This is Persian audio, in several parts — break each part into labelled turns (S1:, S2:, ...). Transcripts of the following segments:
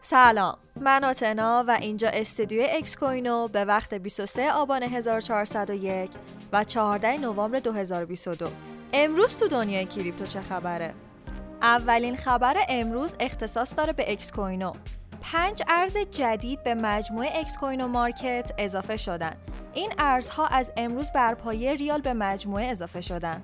S1: سلام، من آتنا و اینجا استودیوی اکس کوینو به وقت 23 آبان 1401 و 14 نوامبر 2022. امروز تو دنیای کریپتو چه خبره؟ اولین خبر امروز اختصاص داره به اکس کوینو. 5 ارز جدید به مجموعه اکس کوینو مارکت اضافه شدن. این ارزها از امروز بر پایه ریال به مجموعه اضافه شدن.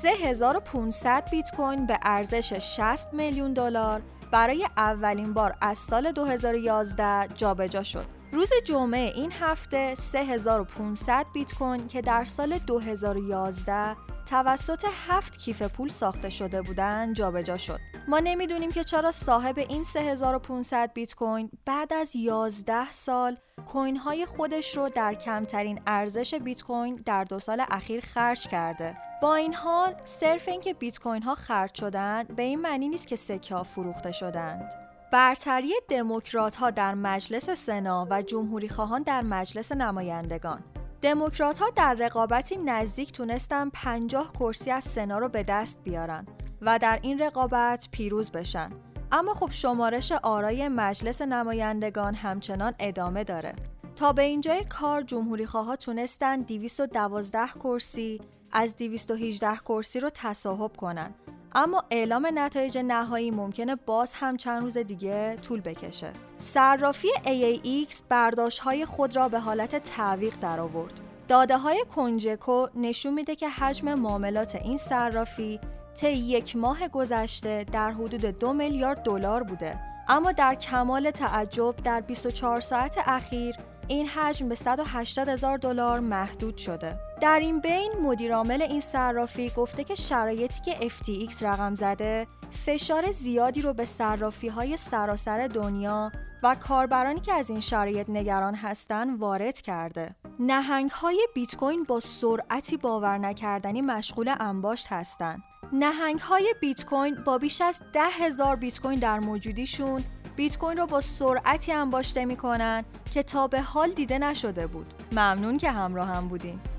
S1: 3500 بیت کوین به ارزش 60 میلیون دلار برای اولین بار از سال 2011 جابجا شد. روز جمعه این هفته 3500 بیت کوین که در سال 2011 توسط 7 کیف پول ساخته شده بودند جابجا شد. ما نمیدونیم که چرا صاحب این 3500 بیت کوین بعد از 11 سال کوین های خودش رو در کمترین ارزش بیت کوین در 2 سال اخیر خرج کرده. با این حال صرف اینکه بیت کوین ها خرج شدند به این معنی نیست که سکه ها فروخته شدند. برتری دموکرات ها در مجلس سنا و جمهوری خواهان در مجلس نمایندگان. دموکرات‌ها در رقابتی نزدیک تونستن 50 کرسی از سنا رو به دست بیارن و در این رقابت پیروز بشن. اما خب شمارش آرای مجلس نمایندگان همچنان ادامه داره. تا به اینجای کار جمهوری‌خواها تونستن 212 کرسی از 218 کرسی رو تصاحب کنن. اما اعلام نتایج نهایی ممکنه باز هم چند روز دیگه طول بکشه. صرافی AAX برداشت‌های خود را به حالت تعویق درآورد. داده‌های کنجکو نشون میده که حجم معاملات این صرافی طی 1 ماه گذشته در حدود 2 میلیارد دلار بوده. اما در کمال تعجب در 24 ساعت اخیر این حجم به 180,000 دلار محدود شده. در این بین مدیرعامل این صرافی گفته که شرایطی که FTX رقم زده فشار زیادی رو به صرافی‌های سراسر دنیا و کاربرانی که از این شرایط نگران هستن وارد کرده. نهنگ‌های بیت کوین با سرعتی باور نکردنی مشغول انباشت هستند. نهنگ‌های بیت کوین با بیش از 10,000 بیت کوین در موجودیشون بیت کوین رو با سرعتی انباشته می‌کنن که تا به حال دیده نشده بود. ممنون که همراه هم بودین.